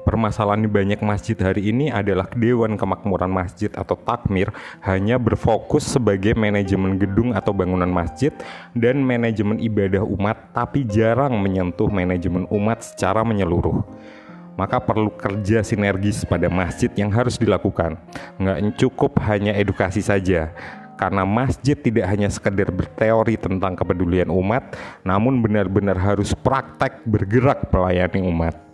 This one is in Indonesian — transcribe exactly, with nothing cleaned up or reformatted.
permasalahan di banyak masjid hari ini adalah Dewan Kemakmuran Masjid atau Takmir hanya berfokus sebagai manajemen gedung atau bangunan masjid dan manajemen ibadah umat, tapi jarang menyentuh manajemen umat secara menyeluruh. Maka perlu kerja sinergis pada masjid yang harus dilakukan. Nggak cukup hanya edukasi saja, karena masjid tidak hanya sekedar berteori tentang kepedulian umat, namun benar-benar harus praktek bergerak melayani umat.